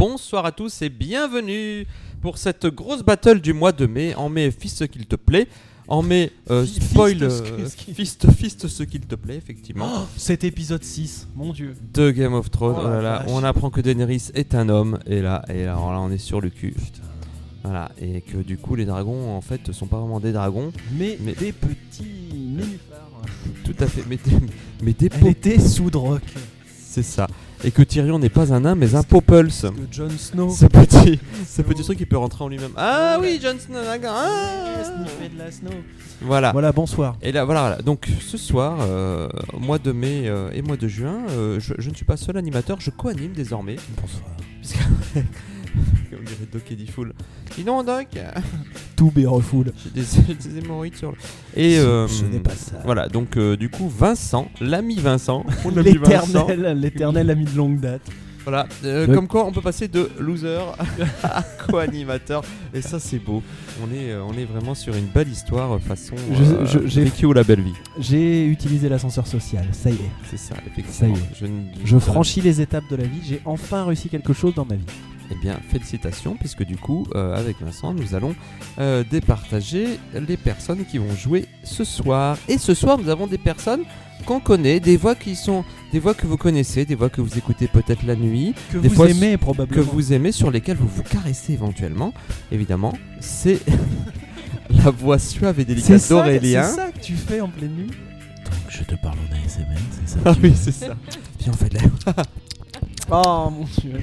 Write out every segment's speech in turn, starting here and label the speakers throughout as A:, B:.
A: bonsoir à tous et bienvenue pour cette grosse battle du mois de mai. En mai, fist ce qu'il te plaît. En mai, spoil, fist ce qu'il te plaît, effectivement.
B: Oh, cet épisode 6, mon dieu.
A: De Game of Thrones,
B: Oh
A: voilà, on apprend que Daenerys est un homme, et là on est sur le cul.
B: Putain.
A: Voilà, et que du coup les dragons en fait sont pas vraiment des dragons,
B: mais des petits nénuphars.
A: Tout à fait, mais des
B: Elle était sous drogue.
A: C'est ça. Et que Tyrion n'est pas un nain mais un Popels.
B: Que Jon Snow.
A: Ce petit truc qui peut rentrer en lui-même. Ah oui, Jon Snow, d'accord.
B: Sniffer de la snow.
A: Voilà.
B: Voilà, bonsoir.
A: Et là, voilà. Donc ce soir, mois de mai et mois de juin, je ne suis pas seul animateur, je co-anime désormais.
B: Bonsoir.
A: Comme dirait Doc Eddie Fool. Dis donc, Doc.
B: Tout bérefoule.
A: J'ai des hémorroïdes sur le. Et
B: ce n'est pas ça.
A: Voilà, donc du coup, Vincent, l'ami Vincent.
B: L'éternel ami de longue date.
A: Voilà, comme quoi on peut passer de loser à co-animateur, et ça c'est beau. On est vraiment sur une belle histoire façon j'ai vécu la belle vie.
B: J'ai utilisé l'ascenseur social, ça y est.
A: C'est ça, effectivement.
B: Ça y est. Je franchis les étapes de la vie, j'ai enfin réussi quelque chose dans ma vie.
A: Eh bien, félicitations, puisque du coup, avec Vincent, nous allons départager les personnes qui vont jouer ce soir. Et ce soir, nous avons des personnes qu'on connaît, des voix que vous connaissez, des voix que vous écoutez peut-être la nuit,
B: que
A: des
B: vous aimez probablement,
A: que vous aimez, sur lesquelles vous vous caressez éventuellement. Évidemment, c'est la voix suave et délicate d'Aurélien.
B: C'est ça que tu fais en pleine nuit.
C: Donc je te parle en ASMR, c'est ça?
A: Ah oui, c'est ça. Viens, on fait de l'air.
B: Oh mon dieu.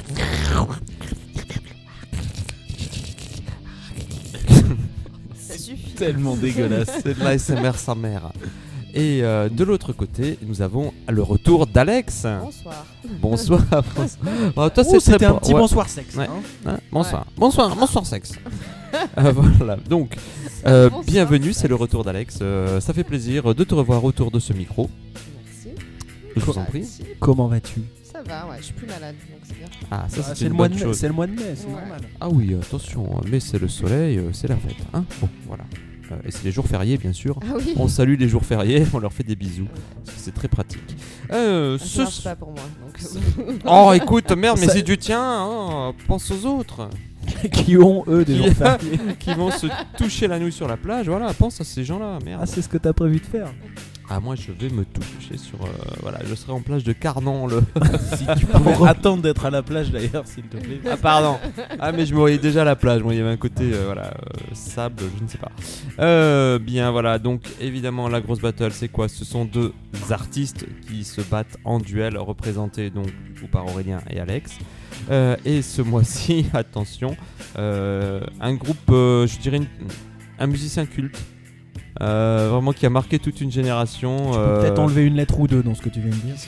C: Ça suffit. Tellement dégueulasse.
A: C'est de l'ASMR sa mère. Et de l'autre côté, nous avons le retour d'Alex.
D: Bonsoir.
A: Bon, toi,
B: c'était un petit bonsoir sexe.
A: Ouais.
B: Hein
A: Bonsoir.
D: Ouais.
A: Bonsoir sexe. Voilà. Donc, bienvenue, c'est le retour d'Alex. Ça fait plaisir de te revoir autour de ce micro.
D: Merci.
A: Je vous en prie.
B: Comment vas-tu?
D: Ça va, ouais, je suis plus malade, donc c'est bien.
A: Ah, ça
B: c'est le mois de mai, c'est le mois de mai, c'est normal.
A: Ah oui, attention, mais c'est le soleil, c'est la fête. Hein, bon, voilà. Et c'est les jours fériés, bien sûr.
D: Ah oui.
A: On salue les jours fériés, on leur fait des bisous. Parce que c'est très pratique.
D: Ça marche pas pour moi. Donc...
A: Oh, écoute, merde, mais c'est du tien. Hein, pense aux autres.
B: Qui ont, eux, des jours fériés.
A: Qui vont se toucher la nouille sur la plage. Voilà, pense à ces gens-là, merde.
B: Ah, c'est ce que t'as prévu de faire.
A: Ah, moi, je vais me toucher sur... voilà, je serai en plage de Carnan.
C: Si tu pouvais attendre d'être à la plage, d'ailleurs, s'il te plaît.
A: Ah, pardon. Ah, mais je me voyais déjà à la plage. Moi, il y avait un côté, sable, je ne sais pas. Bien, voilà. Donc, évidemment, la grosse battle, c'est quoi? Ce sont deux artistes qui se battent en duel, représentés donc du coup par Aurélien et Alex. Et ce mois-ci, attention, un groupe, je dirais un musicien culte. Vraiment qui a marqué toute une génération.
B: Tu peux peut-être enlever une lettre ou deux dans ce que tu viens de dire.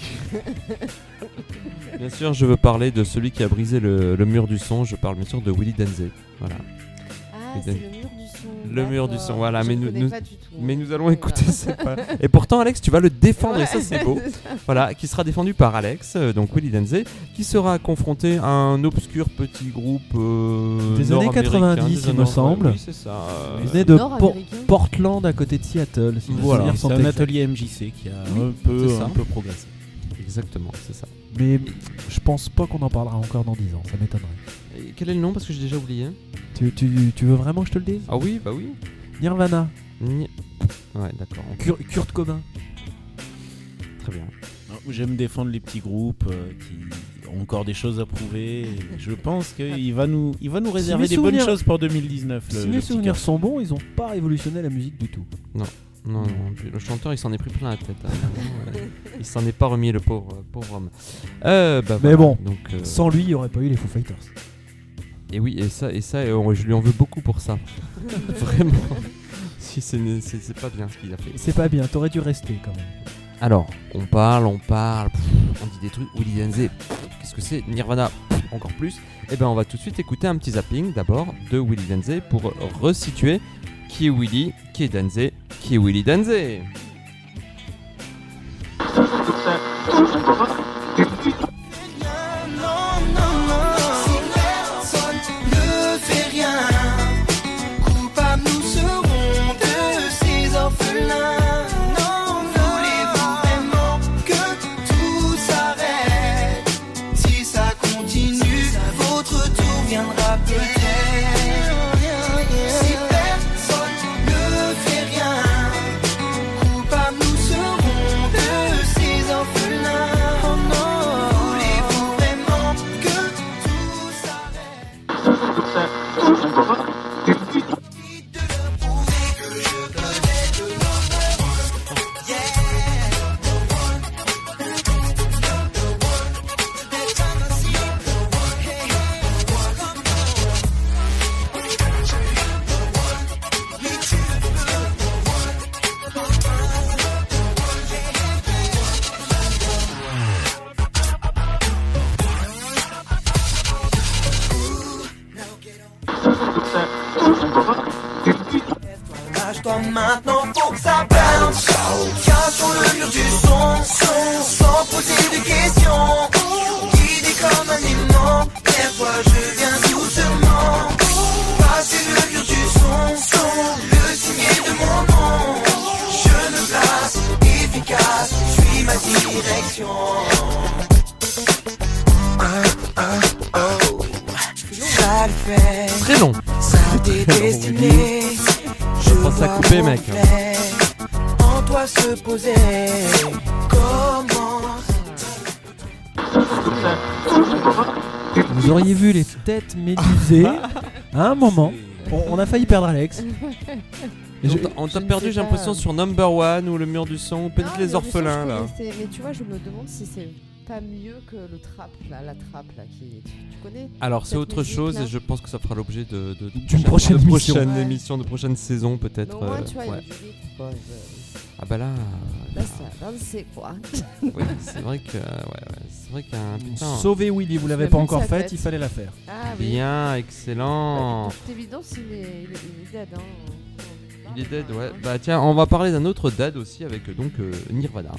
A: Bien sûr, je veux parler de celui qui a brisé le mur du son. Je parle bien sûr de Willy Denzey. Voilà.
D: Ah, c'est le mur du son.
A: Le mur du son, voilà.
D: Je
A: Mais
D: pas du tout,
A: mais nous allons écouter. Et pourtant, Alex, tu vas le défendre, ouais. Et ça, c'est beau. Voilà, qui sera défendu par Alex, donc Willy Denzey, qui sera confronté à un obscur petit groupe
B: des années 90, il me semble.
A: Oui, c'est ça.
B: Il venait de Portland, à côté de Seattle. Si
A: voilà,
C: c'est un atelier MJC qui a un peu progressé.
A: Exactement, c'est ça.
B: Mais je pense pas qu'on en parlera encore dans 10 ans, ça m'étonnerait.
A: Et quel est le nom, parce que j'ai déjà oublié?
B: Tu veux vraiment que je te le dise?
A: Ah oui, bah oui.
B: Nirvana.
A: Ouais, d'accord.
B: Kurt Cobain.
A: Très bien.
C: J'aime défendre les petits groupes qui ont encore des choses à prouver. Je pense qu'il va nous réserver des bonnes choses pour 2019.
B: Si mes souvenirs sont bons, ils ont pas révolutionné la musique du tout.
A: Non, le chanteur il s'en est pris plein la tête. Il s'en est pas remis, le pauvre homme.
B: Mais
A: voilà,
B: bon,
A: donc,
B: sans lui, il n'y aurait pas eu les Foo Fighters.
A: Et oui, et ça je lui en veux beaucoup pour ça. Vraiment. Si c'est pas bien ce qu'il a fait.
B: C'est pas bien, t'aurais dû rester quand même.
A: Alors, on parle, on dit des trucs. Willy Denzey, qu'est-ce que c'est? Nirvana, encore plus. Et ben on va tout de suite écouter un petit zapping d'abord de Willy Denzey pour resituer qui est Willy, qui est Denzey, qui est Willy Denzey.
E: Voulez-vous vraiment que tout s'arrête? Si ça continue, Maintenant faut que ça bounce. Cachons le mur du son, sans poser de questions. Guidé comme un aimant, des fois je viens doucement. Passer le mur du son, le signer de mon nom. Je me place, efficace, suis ma direction. Ça le fait.
A: Très long.
E: Ça t'est destiné. Je
A: pense à couper, mec.
E: En toi se poser. Commence.
B: Vous auriez vu les têtes médusées à un moment. On a failli perdre Alex.
A: On t'a perdu, j'ai l'impression, sur Number One ou le mur du son ou peut-être les orphelins là.
D: Mais tu vois, je me demande si c'est pas mieux que le trap là, la trappe là qui tu connais.
A: Alors c'est autre chose
D: là.
A: et je pense que ça fera l'objet
B: d'une prochaine
A: émission, de prochaine saison peut-être.
D: Mais au moins, tu vois, il y a du rythme, quoi.
A: Ah bah là.
D: Là ça danser quoi.
A: Oui, c'est vrai que c'est vrai qu'il y a un putain.
B: Sauvez Willy, vous l'avez pas encore faite, il fallait la faire.
D: Ah, oui.
A: Bien, excellent.
D: De toute évidence, il est dead hein.
A: Il est dead, ouais. Bah tiens, on va parler d'un autre dead aussi avec donc Nirvana.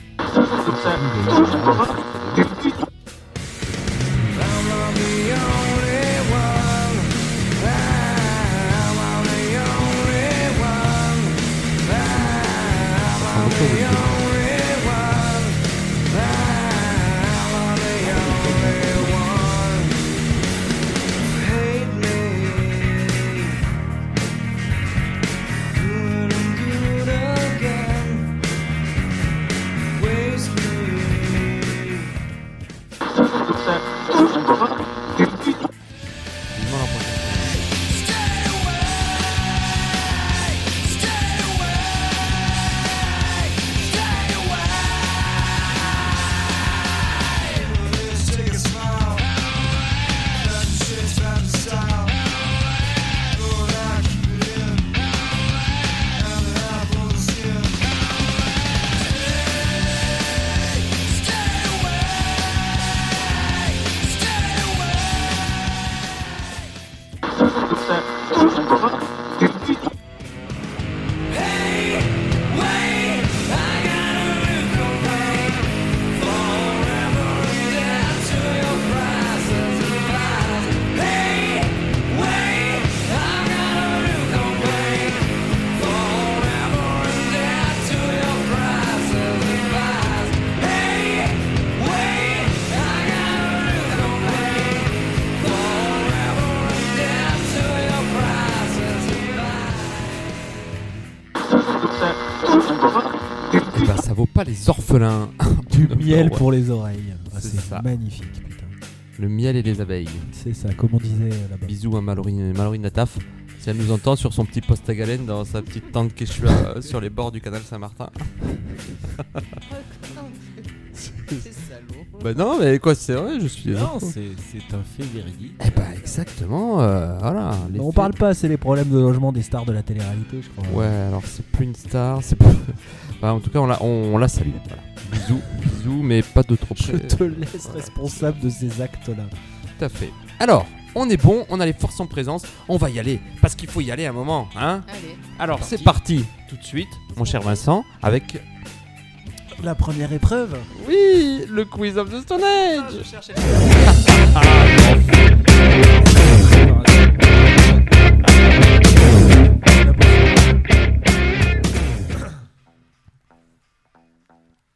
A: Et bah ça vaut pas les orphelins.
B: Du miel pour les oreilles. Ah,
A: C'est ça.
B: Magnifique, putain.
A: Le miel et les abeilles.
B: C'est ça, comme on disait là-bas.
A: Bisous à Mallory Nataf. Si elle nous entend sur son petit poste à galène dans sa petite tente Quechua sur les bords du canal Saint-Martin.
D: C'est salaud.
A: Bah non, mais quoi, c'est vrai, je suis
C: Non, c'est un fait véridique.
A: Eh bah exactement, voilà.
B: On parle pas, c'est les problèmes de logement des stars de la télé-réalité, je crois.
A: Ouais, alors c'est plus une star, c'est plus... Bah, en tout cas, on la salue. Voilà. Bisous, mais pas de trop près.
B: Je te laisse responsable de ces actes-là.
A: Tout à fait. Alors, on est bon, on a les forces en présence, on va y aller, parce qu'il faut y aller un moment, hein.
D: Allez.
A: Alors, c'est parti, tout de suite, mon cher Vincent, avec...
B: La première épreuve.
A: Oui, le quiz of the Stone Age.
B: Je cherchais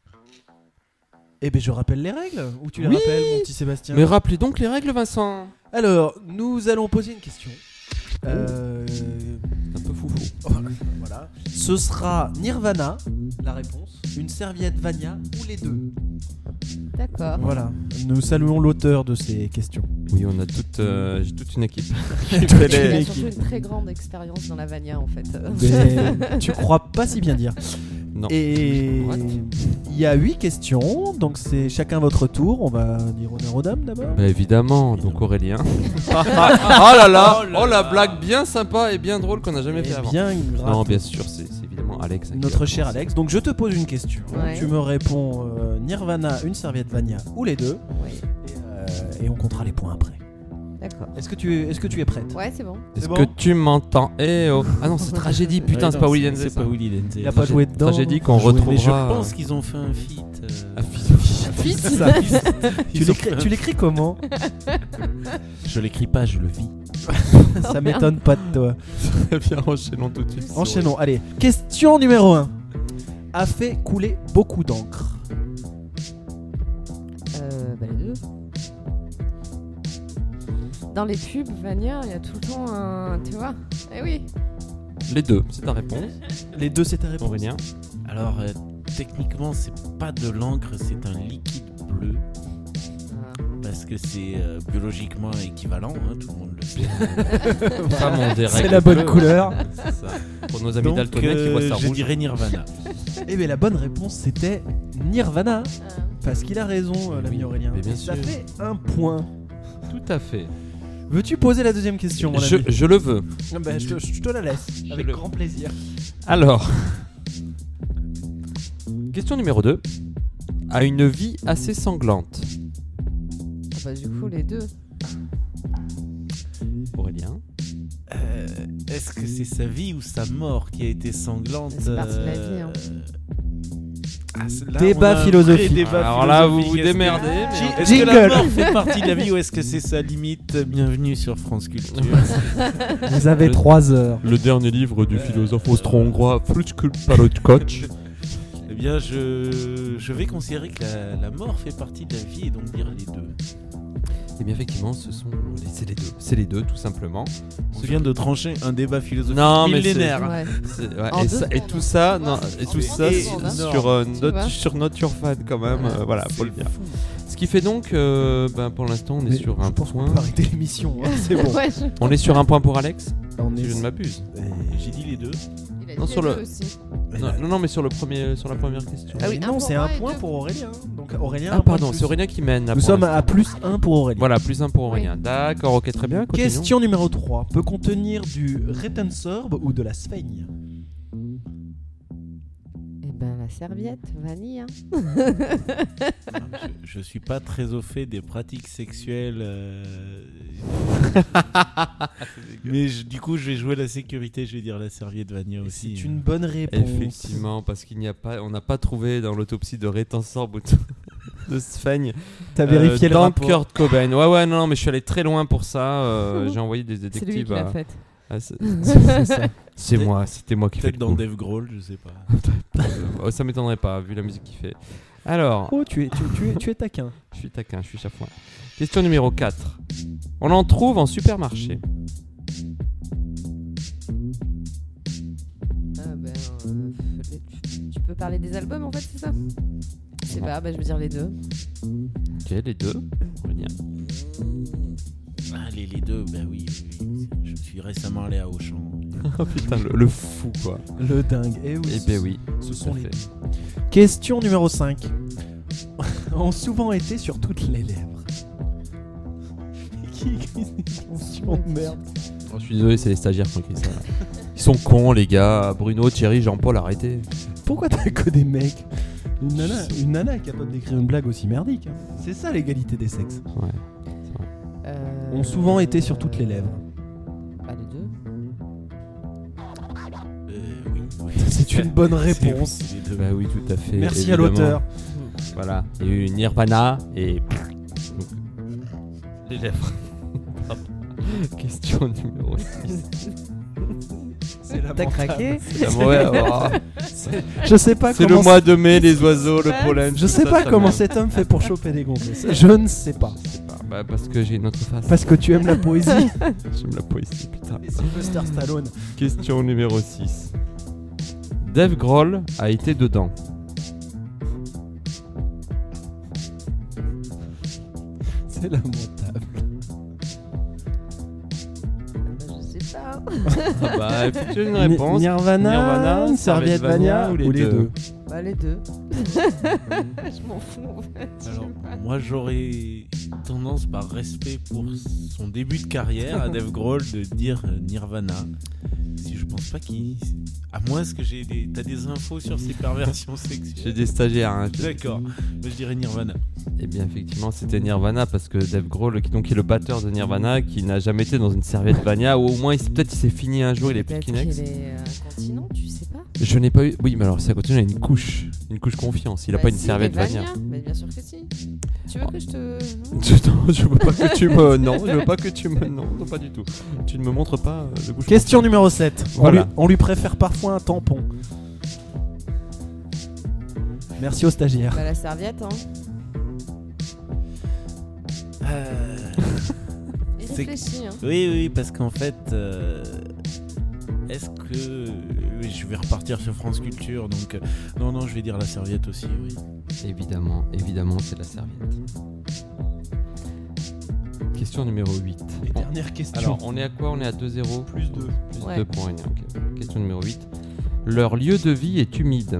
B: Eh ben je rappelle les règles, ou tu les rappelles mon petit Sébastien?
A: Mais rappelez donc les règles, Vincent.
B: Alors, nous allons poser une question.
A: Un peu foufou.
B: Voilà. Ce sera Nirvana, la réponse, une serviette Vania ou les deux.
D: D'accord.
B: Voilà. Nous saluons l'auteur de ces questions.
A: Oui, on a j'ai toute une équipe.
D: Il
A: qui fait
D: a
A: les-
D: surtout une très grande expérience dans la Vania en fait.
B: Mais tu crois pas si bien dire.
A: Non.
B: Et
A: What
B: il y a 8 questions, donc c'est chacun votre tour. On va dire honneur aux dames d'abord.
A: Bah, évidemment, donc Aurélien. Oh là là, oh la blague bien sympa et bien drôle qu'on n'a jamais
B: Eh
A: fait avant.
B: bien,
A: Non, bien sûr, c'est évidemment Alex. qui
B: notre
A: va
B: cher
A: commencer.
B: Alex. Donc je te pose une question.
D: Ouais.
B: Tu me réponds Nirvana, une serviette Vania ou les deux.
D: Oui,
B: Et on comptera les points après.
D: d'accord.
B: Est-ce que tu es prête?
D: Ouais, c'est bon.
A: Est-ce
B: C'est bon
A: que tu m'entends? Eh oh. Ah non, c'est tragédie, putain,
C: Ouais,
A: c'est
C: non,
A: pas Willy Denze.
C: C'est pas Willy Denze.
B: Il a pas joué dedans.
A: Tragédie qu'on
B: Joué-
A: retrouve.
C: Mais je
A: retrouvera,
C: pense qu'ils ont fait un feat.
A: un feat.
B: C'est ça.
C: Ils ont fait un-
B: Tu l'écris comment?
C: Je l'écris pas, je le vis.
B: Ça m'étonne pas de toi.
A: Très bien, enchaînons tout de suite.
B: Enchaînons. Allez, question numéro 1. A fait couler beaucoup d'encre.
D: Bah, les deux. Dans les pubs, Vania, il y a tout le temps un. Tu vois? Eh oui.
A: Les deux, c'est ta réponse,
B: Les deux, c'est ta réponse.
A: Aurélien.
C: Alors, techniquement, c'est pas de l'encre, c'est un liquide bleu. Parce que c'est biologiquement équivalent, hein, tout le monde le sait.
A: Vraiment des
B: C'est
A: règles
B: la bonne
A: bleues.
B: couleur.
A: C'est ça. Pour nos amis
C: Donc,
A: daltoniens qui voient ça
C: je
A: rouge.
C: dirais Nirvana.
B: Eh bien, la bonne réponse, c'était Nirvana. Parce qu'il a raison, l'ami
A: Oui,
B: Aurélien.
A: mais bien
B: Ça
A: sûr.
B: fait un point.
A: Tout à fait.
B: Veux-tu poser la deuxième question, mon ami?
A: Je le veux.
B: Ah ben, je te la laisse. Avec
A: le-
B: grand plaisir.
A: Alors, question numéro 2. A une vie assez sanglante.
D: Ah bah, du coup, les deux.
A: Aurélien.
C: Est-ce que c'est sa vie ou sa mort qui a été sanglante?
D: C'est parti de la vie, hein.
C: Là,
B: Débat
C: on a un vrai
B: philosophique.
C: débat
A: Alors là, vous
C: philosophique.
A: vous
C: Est-ce que-
A: démerdez. mais-
C: Est-ce que la
B: Jingle.
C: mort fait partie de la vie ou est-ce que c'est sa limite? Bienvenue sur France Culture.
B: Vous avez 3 heures.
A: Le dernier livre du philosophe austro-hongrois Frutkul Parotkoch.
C: Eh bien, je vais considérer que la mort fait partie de la vie et donc dire les deux.
A: Et bien effectivement, c'est les deux. C'est les deux, tout simplement.
C: On vient de trancher un débat philosophique
A: Non, mais
C: millénaire.
D: Ouais.
A: Ouais,
D: En
A: et,
D: deux
A: ça- et
D: secondes,
A: tout
D: hein.
A: ça,
D: Tu
A: non,
D: vois,
A: et tout
D: en
A: ça
D: deux
A: sur,
D: secondes, hein.
A: sur notre fan quand même. Voilà, faut le dire.
C: fou.
A: Ce qui fait donc, pour l'instant, on est
B: Mais
A: sur un
B: je pense qu'on
A: point.
B: peut arrêter l'émission. hein, C'est bon.
D: Ouais,
A: On est sur un point pour Alex.
B: On
A: Si
B: est
A: je ne m'abuse.
C: J'ai dit les deux.
D: il a
A: Non,
D: dit
A: sur
D: les
A: le-
D: deux aussi.
A: Non, mais sur la première question.
D: Ah oui, un
B: non,
D: pour
B: c'est
D: un
B: un
D: et
B: point
D: deux.
B: pour Aurélien. Donc Aurélien.
A: Ah
B: un point
A: pardon,
B: de plus.
A: c'est Aurélien qui mène. là,
B: Nous
A: pour
B: sommes
A: l'instant.
B: à plus 1 pour Aurélien.
A: Voilà, plus un pour Aurélien. D'accord, ok, très bien. Continuons.
B: Question numéro 3. Peut contenir du rétensorbe ou de la sphaigne?
D: Eh ben, la serviette, vanille. Hein.
C: Je suis pas très au fait des pratiques sexuelles. Mais du coup, je vais jouer la sécurité. Je vais dire la serviette Vania
B: Et
C: aussi.
B: C'est une bonne réponse.
A: Effectivement, parce on n'a pas trouvé dans l'autopsie de rétensorbe ou de sphaigne.
B: T'as vérifié le
A: dans
B: rapport.
A: Kurt Cobain. Ouais, non, mais je suis allé très loin pour ça. J'ai envoyé des
D: C'est lui
A: détectives.
D: qui l'a faite.
A: C'est ça. C'était moi qui fais
C: Peut-être
A: le
C: dans
A: coup.
C: Dave Grohl, je sais pas.
A: Ça m'étonnerait pas, vu la musique qu'il fait. Alors,
B: Oh, tu es taquin.
A: je suis taquin, je suis chafouin. Question numéro 4. On en trouve en supermarché.
D: Ah ben, tu peux parler des albums en fait, c'est ça? Je sais pas, bah, je veux dire les deux.
A: Ok, les deux. Aurélien.
C: Ah, les deux, ben oui. Je suis récemment allé à Auchan.
A: Oh putain, le fou quoi.
B: Le dingue. Eh oui.
A: Eh ben oui,
B: Ce
A: tout
B: sont
A: à
B: les
A: fait.
B: Question numéro 5. Ont souvent été sur toutes les lèvres. Qui écrit ces questions de merde?
A: Oh, je suis désolé, c'est les stagiaires qui ont écrit ça. Ils sont cons les gars. Bruno, Thierry, Jean-Paul, arrêtez.
B: Pourquoi t'as que des mecs? Une nana est capable d'écrire une blague aussi merdique. hein. C'est ça l'égalité des sexes.
A: Ouais.
B: Ont souvent été sur toutes les lèvres.
D: Bah, les deux.
C: Oui.
B: C'est une bonne réponse.
C: C'est les deux.
A: Bah oui, tout à fait.
B: Merci à
A: évidemment.
B: l'auteur.
A: Voilà. Il y a eu Nirvana et. Donc, les lèvres. Pardon. Question numéro 6.
B: C'est la
D: T'as craqué?
B: Je sais pas
A: C'est
B: comment.
A: le mois de mai, les oiseaux, le pollen.
B: Je
A: tout
B: sais
A: ça,
B: pas
A: ça
B: comment
A: merde.
B: cet homme fait pour choper des gonzesses. Je ne sais pas.
A: Bah, parce que j'ai une autre face.
B: Parce que tu aimes la poésie.
A: J'aime la poésie, putain.
B: Et Sylvester Stallone.
A: Question numéro 6. Dave Grohl a été dedans.
B: C'est lamentable.
D: Je sais pas.
A: Ah bah, faut que tu aies une réponse.
B: Nirvana, Serviette Vania
A: ou
B: ou les deux.
D: Bah les deux. Je m'en fous en fait.
C: Alors, moi j'aurais tendance par respect pour son début de carrière à Dave Grohl de dire Nirvana. Si je pense pas qu'il... À moins que t'as des infos sur ses perversions
A: J'ai
C: sexuelles.
A: des stagiaires. Hein.
C: D'accord, moi je dirais Nirvana.
A: Et bien effectivement c'était Nirvana parce que Dave Grohl qui est le batteur de Nirvana qui n'a jamais été dans une serviette Vania ou au moins peut-être il s'est fini un jour il est plus
D: Peut-être
A: Kleenex.
D: qu'il est incontinent, tu sais pas.
A: Je n'ai pas eu. Oui mais alors ça continue à une couche confiance. Il a
D: Bah
A: pas une
D: si,
A: serviette
D: mais
A: Vania.
D: Mais bien sûr que si. Tu veux que je te...
A: Je veux pas que tu me. Non, je veux pas que tu me. Non, pas du tout. Tu ne me montres pas de couche.
B: Question numéro 7.
A: Voilà.
B: On lui préfère parfois un tampon. Merci aux stagiaires.
D: Bah la serviette, hein. Et
C: C'est-
D: réfléchis, hein.
C: Oui, parce qu'en fait, est-ce que... Oui, je vais repartir sur France Culture, donc... non, je vais dire la serviette aussi, oui.
A: Évidemment, c'est la serviette. Question numéro 8.
B: Et
A: Bon,
B: dernière question.
A: alors, on est à quoi? On est à 2-0
B: Plus 2.
A: Plus
D: Ouais.
A: 2 pour Aurélien, ok. Question numéro 8. Leur lieu de vie est humide.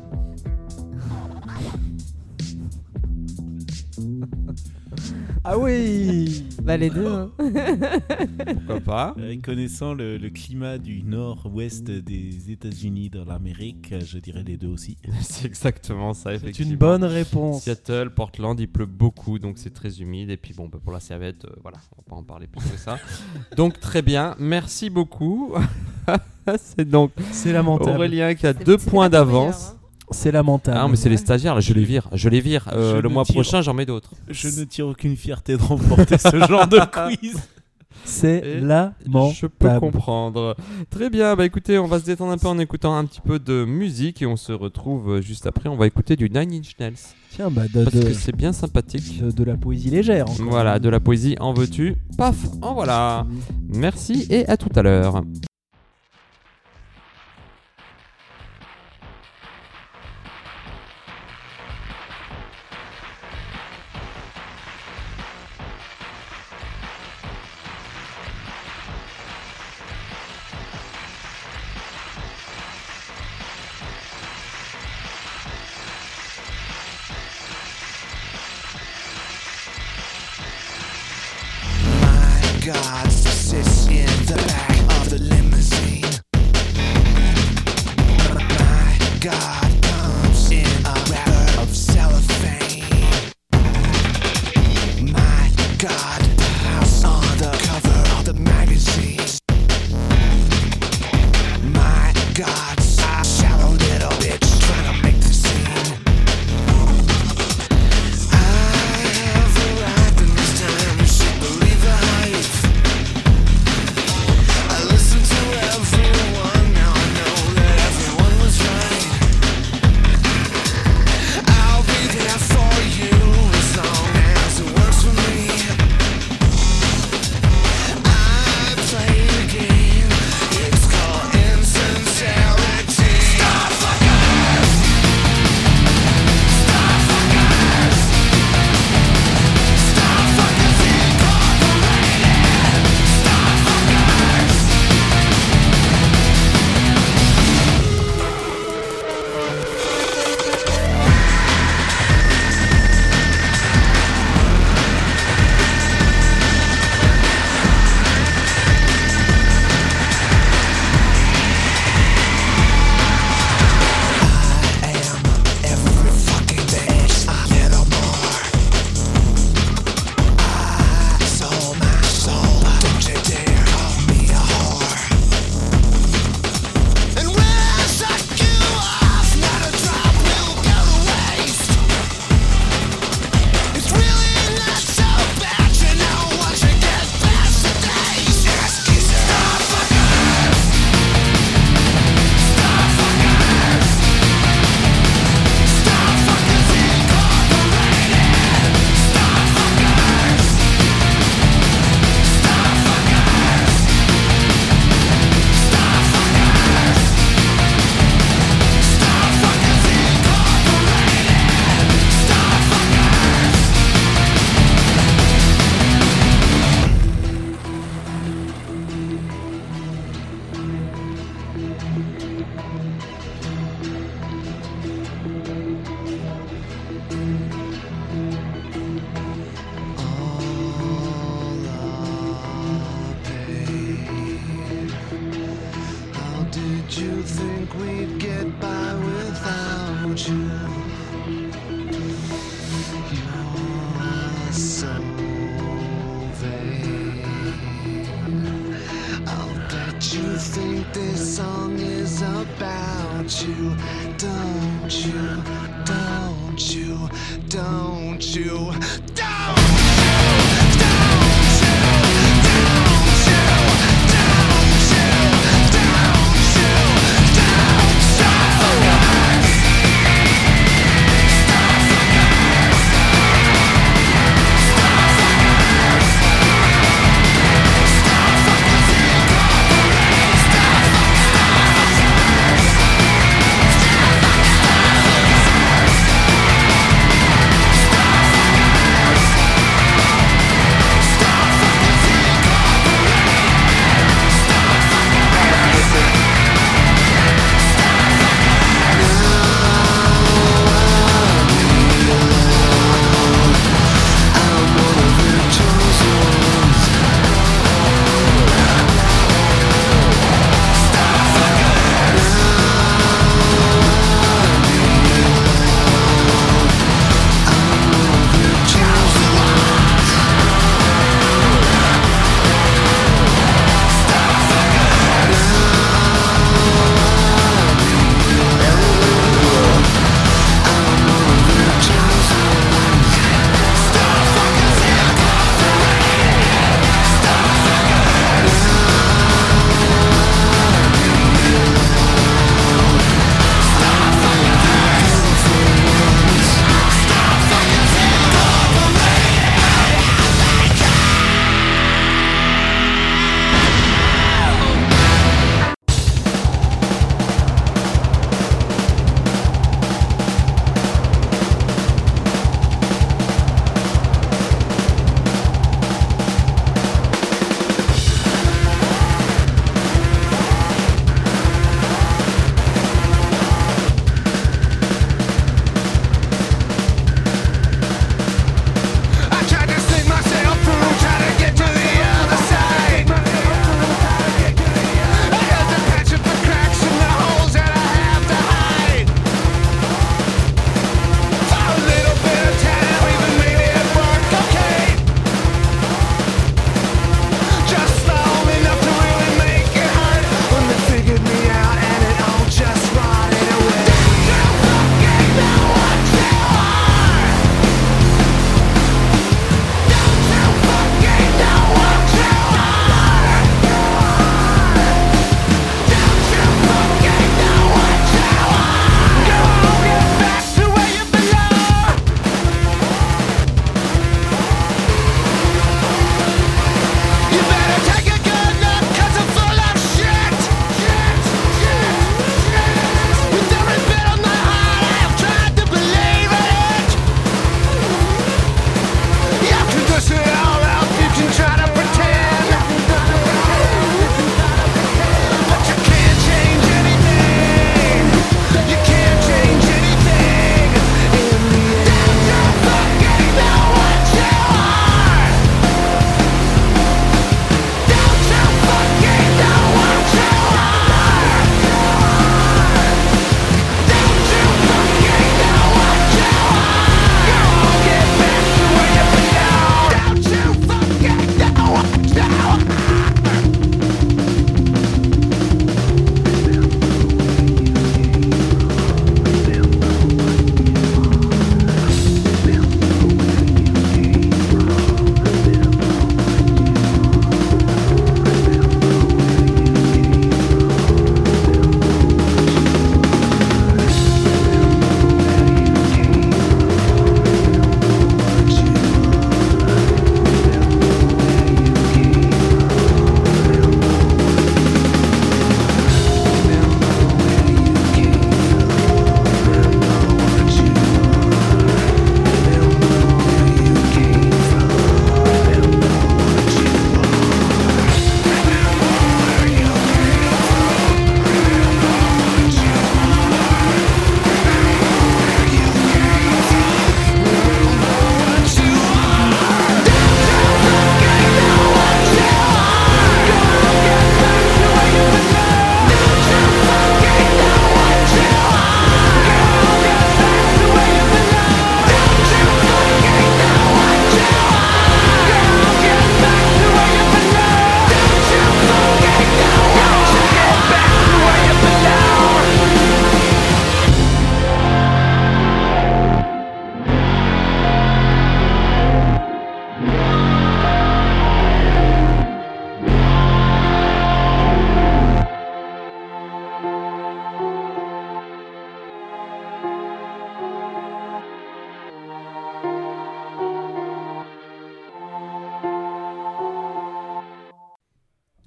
B: Ah oui.
D: Bah les deux, hein.
A: Pourquoi pas?
C: Connaissant le climat du nord-ouest des États-Unis dans l'Amérique, je dirais les deux aussi.
A: C'est exactement ça,
B: C'est
A: effectivement.
B: une bonne réponse.
A: Seattle, Portland, il pleut beaucoup, donc c'est très humide. Et puis bon, bah, pour la serviette, voilà, on va pas en parler plus que ça. Donc très bien, merci beaucoup. C'est donc
B: C'est lamentable.
A: Aurélien qui a
D: C'est-
A: 2
D: c'est
A: points
D: pas ton meilleur,
A: d'avance.
D: hein.
B: C'est lamentable.
A: Ah non, mais c'est les stagiaires, là, je les vire.
C: Je
A: Le
C: ne
A: mois
C: tire-
A: prochain, j'en mets d'autres.
C: Je ne tire aucune fierté de remporter ce genre de quiz.
B: C'est
A: Et
B: lamentable.
A: Je peux comprendre. Très bien, bah écoutez, on va se détendre un peu en écoutant un petit peu de musique et on se retrouve juste après. On va écouter du Nine Inch Nails
B: Tiens, bah
A: parce que c'est bien sympathique.
B: de la poésie légère. Encore.
A: Voilà, de la poésie, en veux-tu? Paf, en voilà. Merci et à tout à l'heure.
E: My God sits in the back of the limousine. My God comes in a wrapper of cellophane. My God, the house on the cover of the magazine. My God, a shallow little bitch trying to make the scene. I have arrived in this time, you should believe the hype.
F: we'd get by without you. You're so vague. I'll bet you think this song is about you. Don't you, don't you, don't you, don't you.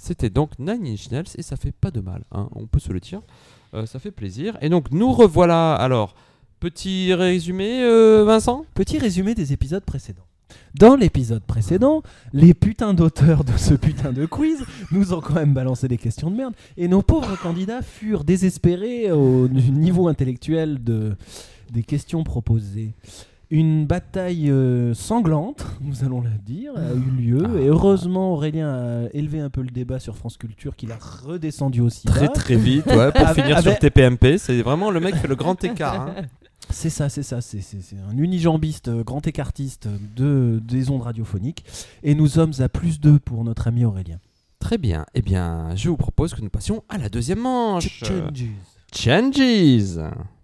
A: C'était donc Nine Inch Nails et ça fait pas de mal, hein, on peut se le dire. Ça fait plaisir. Et donc nous revoilà. Alors, petit résumé, Vincent ?
B: Petit résumé des épisodes précédents. Dans l'épisode précédent, les putains d'auteurs de ce putain de quiz nous ont quand même balancé des questions de merde et nos pauvres candidats furent désespérés au niveau intellectuel des questions proposées. Une bataille sanglante, nous allons le dire, a eu lieu et heureusement Aurélien a élevé un peu le débat sur France Culture qu'il a redescendu aussi
A: Très
B: bas.
A: très vite, ouais, pour finir
B: avec-
A: sur TPMP. C'est vraiment le mec qui fait le grand écart. Hein.
B: C'est ça, c'est un unijambiste, grand écartiste des ondes radiophoniques. Et nous sommes à +2 pour notre ami Aurélien.
A: Très bien. Eh bien, je vous propose que nous passions à la deuxième manche.
B: Changes.
A: Changes.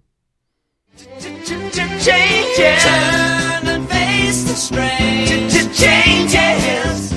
E: Turn and face the strange changes.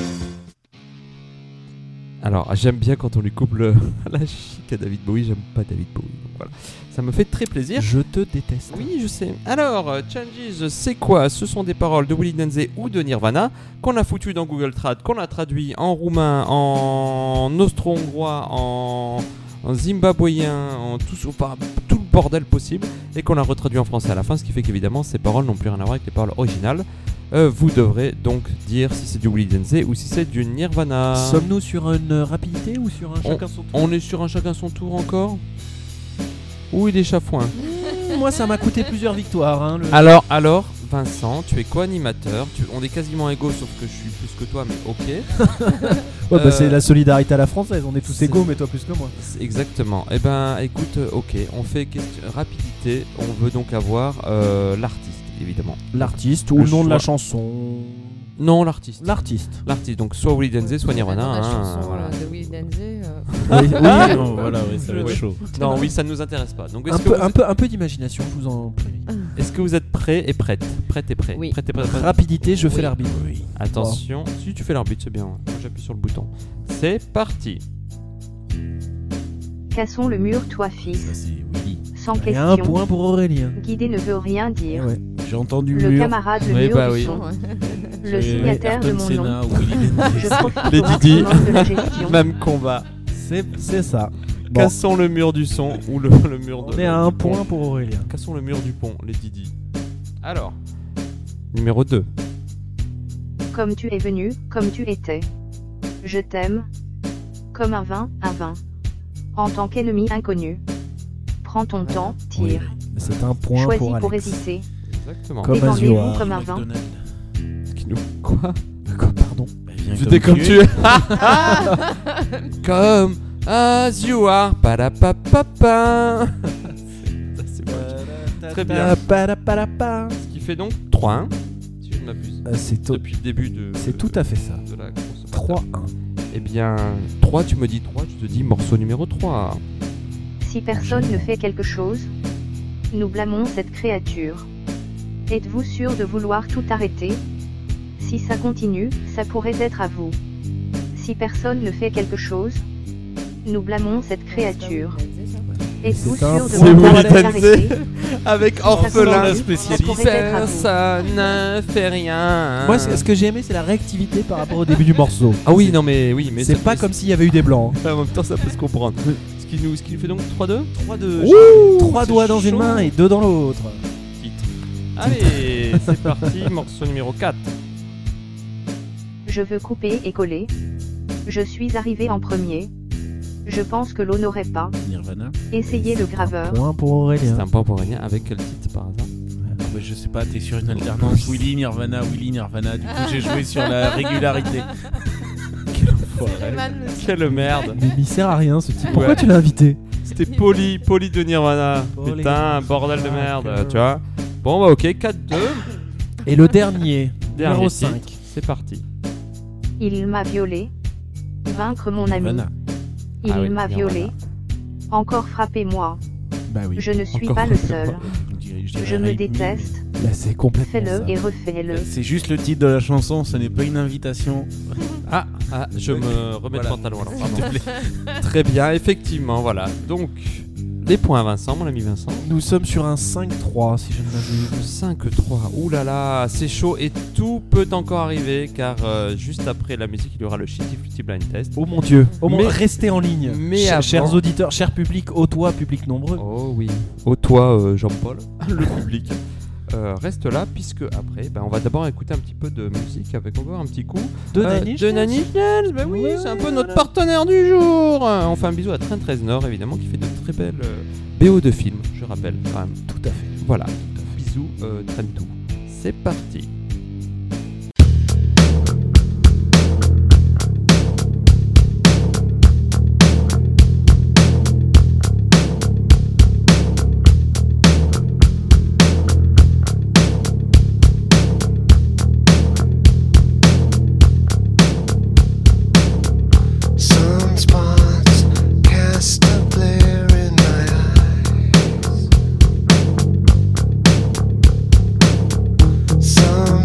A: Alors, j'aime bien quand on lui coupe la chic à David Bowie. J'aime pas David Bowie. Donc voilà. Ça me fait très plaisir.
B: Je te déteste.
A: Oui, je sais. Alors, Changes, c'est quoi ? Ce sont des paroles de Willy Denzé ou de Nirvana qu'on a foutu dans Google Trad, qu'on a traduit en roumain, en austro-hongrois, en zimbabwéen, en tout le bordel possible, et qu'on a retraduit en français à la fin, ce qui fait qu'évidemment ces paroles n'ont plus rien à voir avec les paroles originales. Vous devrez donc dire si c'est du Willy Denzé ou si c'est du Nirvana.
B: Sommes-nous sur une rapidité ou sur un chacun son tour ?
A: On est sur un chacun son tour encore ? Ou il est chafouin ?
B: Moi, ça m'a coûté plusieurs victoires. Hein,
A: Alors, Vincent, tu es co-animateur. On est quasiment égaux, sauf que je suis plus que toi, mais ok.
B: Ouais, c'est la solidarité à la française. On est tous
A: c'est-
B: égaux, mais toi plus que moi.
A: C'est exactement. Eh ben, écoute, ok, on fait rapidité. On veut donc avoir l'artiste, évidemment.
B: L'artiste ou
A: Le
B: le nom de la
A: choix.
B: chanson.
A: Non, l'artiste.
B: L'artiste.
A: L'artiste, donc soit Willy Denzé, soit Nirvana.
D: La
A: hein,
D: chanson
A: voilà.
D: de Willy Denzé.
B: Oui,
C: Ah, non, voilà, ouais, ça va être
A: Oui.
C: chaud.
A: Non, oui, ça ne nous intéresse pas. Donc,
B: un peu d'imagination, je vous en prie.
A: est-ce que vous êtes prêts et prêtes ? Prêtes et prêts.
D: Oui.
A: Prêtes et prêtes.
B: Rapidité, je fais
D: Oui.
B: l'arbitre.
A: Attention, si tu fais l'arbitre, c'est bien. Moi, j'appuie sur le bouton. C'est parti.
G: Cassons le mur, toi
C: Ça,
G: fils,
C: c'est Willy.
G: sans
B: Il y a un
G: question.
B: point pour Aurélien.
G: Guider ne veut rien dire.
B: Ouais.
C: J'ai entendu
G: Le
C: mur.
G: camarade le
A: Oui,
G: mur
A: bah
G: du
A: oui.
G: son. Le
C: J'ai
G: signataire de
C: Ayrton
G: mon nom.
C: Senna ou Willy Denzé.
G: Je profite
A: Les
G: au
A: Didi.
G: maximum de la gestion.
A: Même combat.
B: C'est ça. Bon,
A: Cassons le mur du son ou le mur de.
B: on est à un
A: du pont.
B: point pour Aurélien.
A: Cassons le mur du pont, les Didi. Alors, numéro 2.
G: Comme tu es venu, comme tu étais. Je t'aime. Comme un vin. En tant qu'ennemi inconnu. Prends ton temps, tire.
B: C'est un point
G: Choisis
B: pour
G: pour
B: Alex.
G: hésiter.
A: Exactement.
B: Comme
G: Et
B: un
G: vendez-vous
B: Zioar.
G: comme un vin.
C: McDonald's.
A: Quoi
B: Pardon.
C: Bah, viens
A: J'étais comme tu es. Comme as you are. Padapapapa. C'est bon. Très bien. Ce qui fait donc 3-1, si je ne m'abuse. Depuis le début de.
B: C'est tout à fait ça.
A: De la course.
B: 3-1.
A: Eh bien, 3, tu me dis 3, je te dis morceau numéro 3.
G: Si personne ne fait quelque chose, nous blâmons cette créature. Êtes-vous sûr de vouloir tout arrêter ? Si ça continue, ça pourrait être à vous. Si personne ne fait quelque chose, nous blâmons cette créature. Êtes-vous
B: C'est un
G: sûr de
A: C'est
G: vouloir
A: Willy
G: tout
A: Denzé
G: arrêter ?
A: avec
G: Si ça
A: orphelin.
G: continue, ça pourrait être à vous.
A: Personne ne fait rien.
B: Moi, ce que j'ai aimé, c'est la réactivité par rapport au début du morceau.
A: Ah oui, non, mais oui, mais
B: C'est
A: ça
B: pas
A: peut-
B: comme s'il y avait eu des blancs.
A: En même temps, ça peut se comprendre. Ce qui nous fait donc 3-2
B: 3 doigts dans une main et 2 dans l'autre.
A: Allez, c'est parti, morceau numéro 4.
G: Je veux couper et coller. Je suis arrivé en premier. Je pense que l'on n'aurait pas.
C: Nirvana.
G: Essayez le graveur.
B: Point pour
A: C'est
B: Aurélien.
A: un point pour rien. Avec quel titre par hasard
C: Ah bah, je sais pas, t'es sur une alternance. Willy, Nirvana. Du coup, j'ai joué sur la régularité.
A: Quelle merde.
B: Mais il sert à rien ce type. Pourquoi
A: Ouais.
B: tu l'as invité ?
A: C'était Poli de Nirvana.
B: Poli.
A: Putain, bordel de merde, tu vois. Bon, bah ok, 4-2.
B: Et le dernier,
A: Dernier
B: numéro
A: titre.
B: 5.
A: C'est parti.
G: Il m'a violé. Vaincre mon ami.
C: Nirvana.
G: Il
A: Ah oui,
G: m'a
A: Nirvana.
G: violé. Encore frappez-moi.
B: Bah oui.
G: Je ne suis
A: Encore
G: pas le
A: frappez-moi.
G: seul.
C: Je
G: Je me déteste.
B: Là, c'est complètement
G: Fais-le
B: ça.
G: et refais-le.
C: C'est juste le titre de la chanson, ce n'est pas une invitation.
A: Ah, je me remets
C: Voilà.
A: le pantalon alors.
C: S'il te plaît.
A: Très bien, effectivement, voilà. Donc, Des points à Vincent, mon ami Vincent.
B: Nous sommes sur un 5-3 si je ne m'abuse.
A: 5-3, oulala, c'est chaud et tout peut encore arriver car juste après la musique il y aura le Shitty Flitty Blind Test.
B: Oh mon dieu,
A: Mais-
B: restez en ligne.
A: mais
B: Chers
A: avant-
B: auditeurs, cher public, ô toi, public nombreux.
A: Oh oui, au toi Jean-Paul, le public. Reste là puisque après on va d'abord écouter un petit peu de musique avec encore un petit coup
B: De Nanny
A: de Nanny Schnells. Ben oui, c'est un peu notre partenaire du jour. On fait un bisou à Train 13 Nord évidemment qui fait de très belles BO de films, je rappelle quand même.
B: Tout à fait.
A: Voilà, bisous Train 2. C'est parti.
F: Sunspots cast a glare in my eyes. Some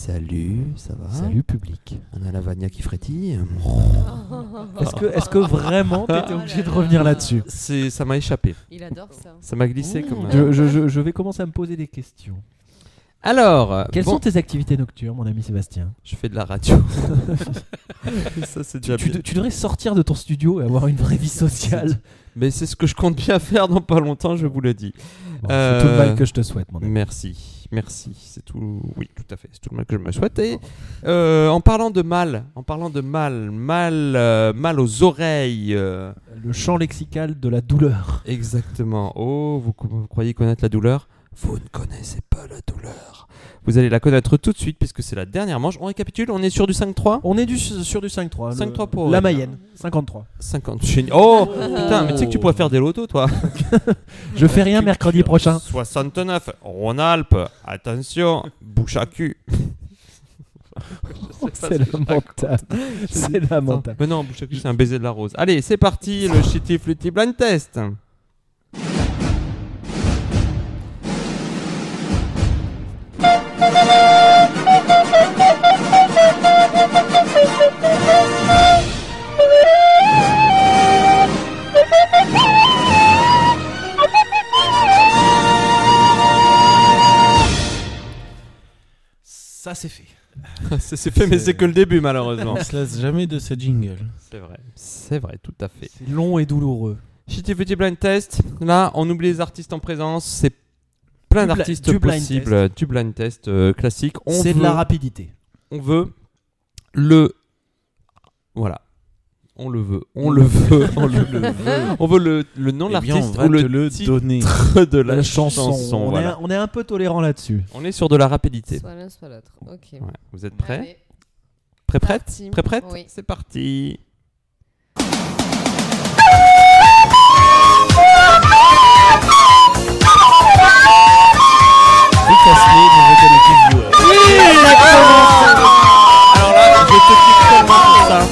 A: Salut, ça va?
B: Salut public.
A: On a la Vania qui frétille.
B: Est-ce que vraiment t'étais obligé de revenir là-dessus?
A: Ça m'a échappé.
D: Il adore ça.
A: Ça m'a glissé comme...
B: Je vais commencer à me poser des questions.
A: Alors,
B: Quelles
A: bon,
B: sont tes activités nocturnes, mon ami Sébastien?
A: je fais de la radio. Ça, c'est déjà bien.
B: Tu devrais sortir de ton studio et avoir une vraie vie sociale.
A: Mais c'est ce que je compte bien faire dans pas longtemps, je vous le dis.
B: Bon, c'est tout le mal que je te souhaite, mon ami.
A: Merci, c'est tout. Oui, tout à fait, c'est tout le mal que je me souhaite. Et en parlant de mal aux oreilles.
B: Le champ lexical de la douleur.
A: Exactement. Oh, vous croyez connaître la douleur? Vous ne connaissez pas la douleur. Vous allez la connaître tout de suite puisque c'est la dernière manche. On récapitule, on est sur du 5-3.
B: On est sur du 5-3.
A: 5-3 pour
B: la
A: Aurélien.
B: Mayenne, 53.
A: 50. Oh putain, mais tu sais que tu pourrais faire des lotos, toi.
B: Je fais rien mercredi prochain.
A: 69. Rhône-Alpes. Attention, bouche à cul.
B: C'est lamentable. C'est lamentable.
A: Mais non, bouche à cul, c'est un baiser de la rose. Allez, c'est parti, le Shitty Flutty Blind Test.
B: Ça c'est fait.
A: C'est fait, mais c'est que le début, malheureusement.
C: On se lasse jamais de ce jingle.
A: C'est vrai, tout à fait.
B: C'est long et douloureux.
A: Shitty Flutty Blind Test. Là, on oublie les artistes en présence. C'est plein d'artistes
B: du blind
A: possibles. Du blind test classique.
B: C'est de la rapidité.
A: On veut le... Voilà. On le veut. On le veut. On veut le nom de
C: Eh bien, on
A: l'artiste
C: va
A: ou
C: te
A: le
C: le
A: titre
C: donner.
A: de la chanson. Voilà.
B: On est un peu tolérant là-dessus.
A: On est sur de la rapidité.
D: Soit l'un, soit l'autre. Ok.
A: Ouais. Vous êtes prêts?
D: Allez.
A: Prêt-prête?
D: Parti.
A: Prêt-prête?
D: Oui.
A: C'est parti.
C: Rick Astley, Never Gonna Give You Up.
A: Alors là, je te kiffe tellement pour ça.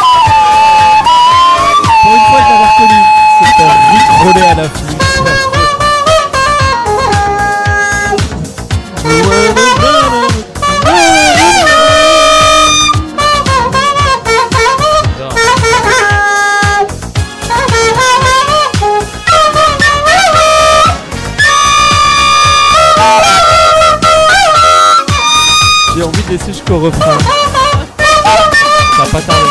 B: Pour une fois, je l'avais reconnu. C'est un Rick Rollet à la flûte.
A: J'ai envie de laisser jusqu'au refrain. Ça va pas tarder.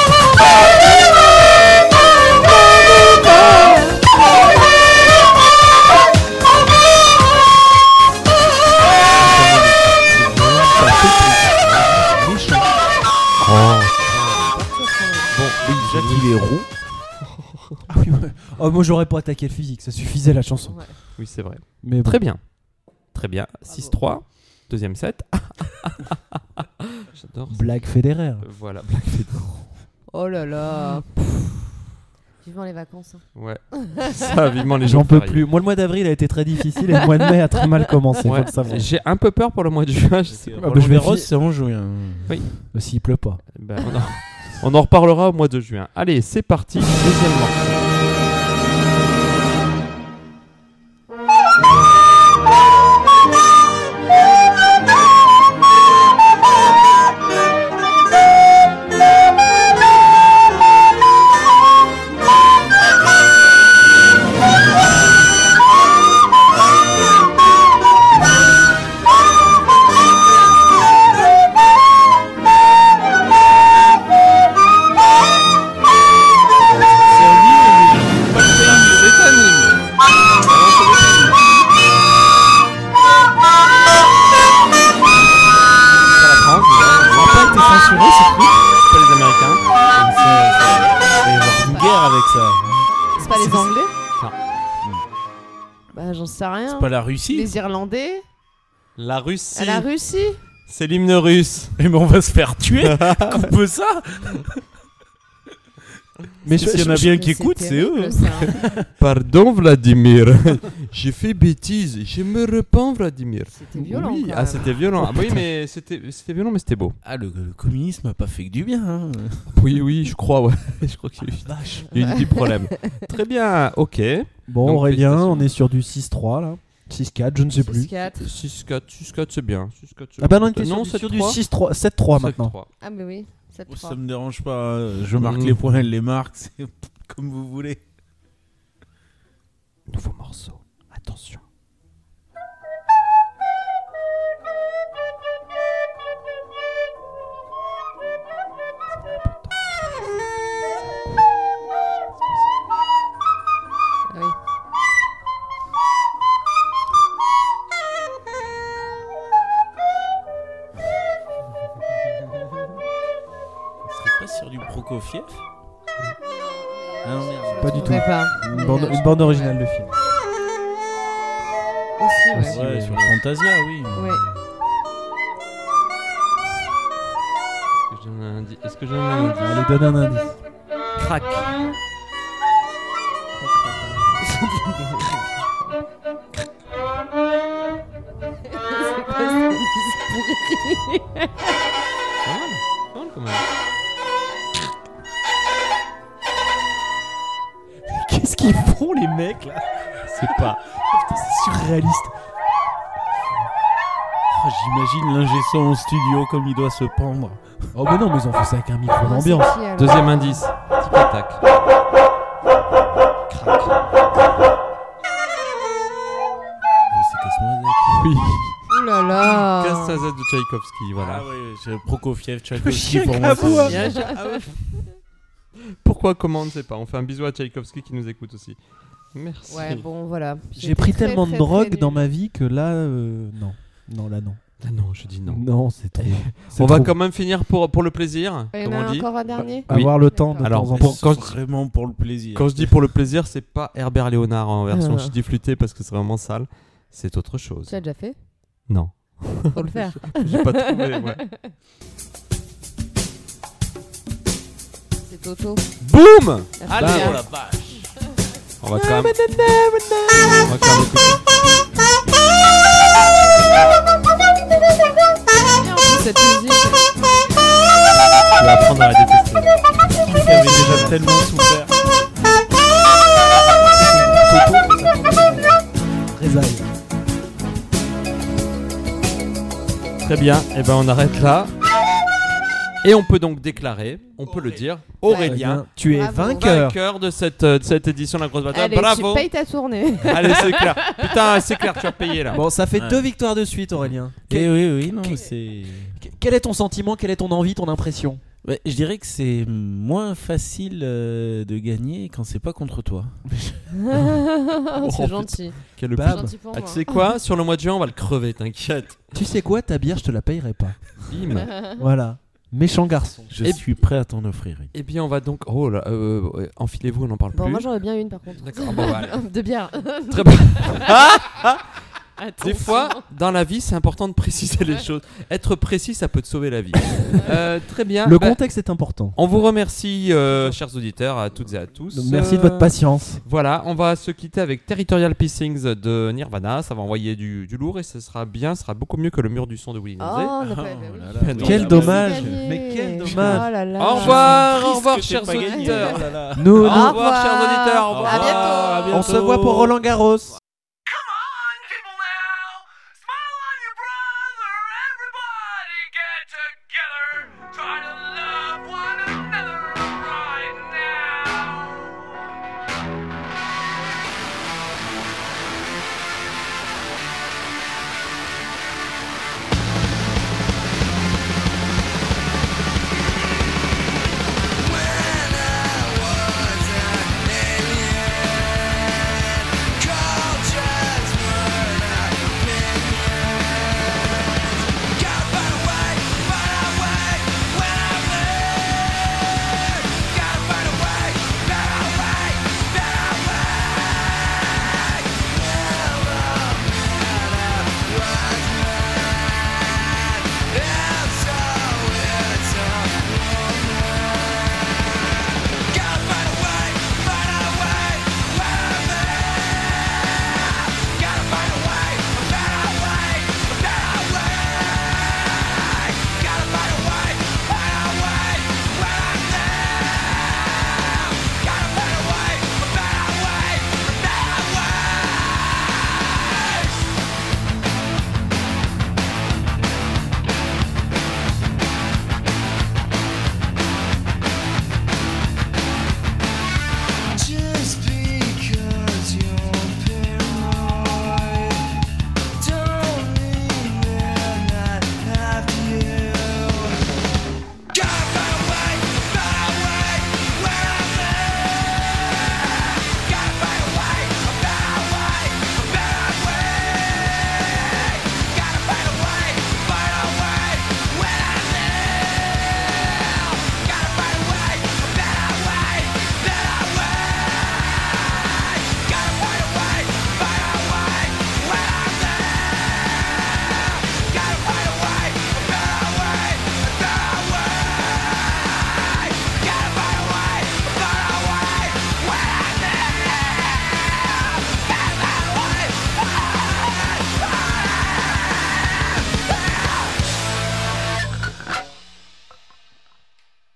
A: Bon, oui,
C: Jacques, il est roux.
B: Ah oui, ouais. Oh, moi, j'aurais pas attaqué le physique. Ça suffisait la chanson.
D: Ouais.
A: oui, c'est vrai.
B: Mais bon.
A: Très bien. Très bien. 6-3. Deuxième set. J'adore ça.
B: Blague fédéraire.
A: Voilà, Black Federer.
D: Oh là là. Vivement les vacances. Hein.
A: Ouais. Ça, vivement les
B: J'en
A: jours
B: peux
A: fériés.
B: plus. Moi, le mois d'avril a été très difficile et le mois de mai a très mal commencé.
A: Ouais.
B: Faut le savoir.
A: J'ai un peu peur pour le mois de juin. Je sais pas.
B: bah, je vais
C: Roland-Garros,
B: finir-
C: c'est en juin.
B: S'il pleut pas.
A: Ben, on en reparlera au mois de juin. Allez, c'est parti. Deuxième morceau. C'est un hymne. Pas la France,
B: Ça n'a pas été censuré, ce truc.
A: pas les Américains.
C: Il va y avoir une guerre avec ça.
D: C'est pas les Anglais?
A: Non.
D: Bah j'en sais rien.
C: C'est pas la Russie.
D: Les Irlandais?
A: La Russie.
D: La Russie?
A: C'est l'hymne russe.
C: Eh ben on va se faire tuer. Coupe ça.
B: Mais
C: S'il y en a bien qui
D: Mais
C: écoutent, c'est eux.
D: terrible, ça.
A: Pardon Vladimir, j'ai fait bêtise, je me repens Vladimir.
D: C'était violent.
A: Oui,
D: quand
A: ah
D: même.
A: c'était violent. Ah, oui, mais c'était violent, mais c'était beau.
C: Ah, le communisme a pas fait que du bien. Hein.
A: Oui, je crois, ouais. Je crois qu'il y a eu des petits problèmes. Très bien, ok.
B: Bon,
A: Donc,
B: Aurélien,
A: félicitations.
B: on est sur du 6-3 là. 6-4, je ne sais plus.
D: 6-4.
A: 6-4, c'est bien. 6-4, c'est
B: Ah bah non, on
A: bien.
B: était
A: Non,
B: sur du
A: 7-3.
B: 7-3 maintenant.
A: 7-3.
D: Ah, mais oui,
C: Ça
D: 7-3.
C: me dérange pas. Je marque les points, elle les marque. C'est comme vous voulez.
A: Nouveau morceau. Attention.
D: Ah oui.
C: On serait pas sur du Prokofiev? Ah non, merde.
B: Pas du
D: Je
B: tout.
D: pourrais pas.
B: Une bande originale de film.
D: Aussi, ouais.
C: Ouais, sur Fantasia, oui.
D: Ouais.
A: Est-ce que je donne un indice
B: Allez, donne un indice.
A: Crac.
D: C'est quoi ce indice pourri?
A: Pas mal quand même.
B: Qu'est-ce qu'ils font les mecs là?
A: C'est pas.
B: Putain, c'est surréaliste.
C: Oh, j'imagine l'ingé son en studio comme il doit se pendre.
B: Oh mais non, mais ils ont fait ça avec un micro
D: Ah,
B: d'ambiance.
D: c'est qui, alors?
A: Deuxième indice. Tic-tac. Crac.
C: C'est Casse-Noisette.
A: Oui.
D: Ouh là là.
A: Casse-Noisette de Tchaïkovski, voilà.
C: Ah oui, c'est Prokofiev,
B: Le
C: Tchaïkovski
B: chien
C: pour moi.
B: aboie.
A: Pourquoi, comment, on ne sait pas. On fait un bisou à Tchaïkovski qui nous écoute aussi. Merci.
D: Ouais, bon, voilà.
B: J'ai pris tellement de drogue dans ma vie que là, non. Non, là, non.
A: Ah non, je dis non.
B: Non, c'est trop.
A: On va quand même finir pour le plaisir,
D: Il y en
A: comme
D: a
A: on dit.
D: encore un dernier?
A: Oui.
B: Avoir le temps de
A: Alors,
B: temps en
A: pour-
B: temps.
A: quand je-
C: Vraiment pour le plaisir.
A: Quand je dis pour le plaisir, c'est pas Herbert Léonard en version
D: Ah.
A: ch'ti flûté parce que c'est vraiment sale. C'est autre chose.
D: Tu l'as déjà fait?
A: Non.
D: Faut le faire.
A: J'ai pas trouvé, ouais.
D: C'est Toto.
A: Boum.
C: Allez,
A: Bam.
C: oh la vache.
A: On va quand même. On va quand même écouter.
D: Cette musique.
A: Tu vas apprendre à la détester.
C: Il avait déjà tellement souffert.
B: Résaille.
A: Très bien. Et ben on arrête là. Et on peut donc déclarer, on peut le dire, Aurélien,
B: Tu es
D: Bravo.
B: vainqueur.
A: vainqueur de cette édition de la grosse bataille.
D: Allez,
A: Bravo.
D: tu payes ta tournée.
A: Allez, c'est clair. Putain, c'est clair, tu as payé là.
B: Bon, ça fait
C: Ouais.
B: 2 victoires de suite, Aurélien.
C: Eh oui, non,
B: Quel-
C: c'est.
B: Quel est ton sentiment? Quelle est ton envie, ton impression?
C: Ouais, je dirais que c'est moins facile de gagner quand c'est pas contre toi.
D: C'est gentil.
A: Quel le
B: Bam.
A: plus-
D: Gentil pour
A: Ah,
D: moi.
A: tu sais quoi? Sur le mois de juin, on va le crever, t'inquiète.
B: Tu sais quoi? Ta bière, je te la payerai pas.
A: Bim.
B: Voilà. Méchant garçon.
C: Je
A: Et-
C: suis prêt à t'en offrir une.
A: Eh bien, on va donc. Oh là, ouais, enfilez-vous, on n'en parle
D: Bon,
A: plus.
D: moi j'aurais bien une par contre.
A: D'accord, bon, bah, allez.
D: De bière.
A: Très bien.
D: Attends.
A: Des fois, dans la vie, c'est important de préciser les choses. Être précis, ça peut te sauver la vie. Très bien.
B: Le
A: Bah,
B: contexte est important.
A: on vous remercie, chers auditeurs, à toutes et à tous.
B: Donc, merci de votre patience.
A: Voilà, on va se quitter avec Territorial Pissings de Nirvana. Ça va envoyer du lourd et ce sera bien, ce sera beaucoup mieux que le mur du son de Willy
D: Oh,
A: Nelson.
D: on a pas.
C: Oh
D: bah oui.
C: là là.
A: Quel
B: Quel
C: Merci.
B: dommage.
D: Gagné.
B: Mais quel dommage.
D: Oh là là.
A: Au revoir,
C: Triste
A: au revoir,
C: que
A: chers
C: t'aies pas gagné.
A: auditeurs.
C: Oh là là.
B: Nous,
A: Au
B: nous,
A: revoir, chers auditeurs. Au revoir.
D: À bientôt.
B: on se voit pour Roland Garros.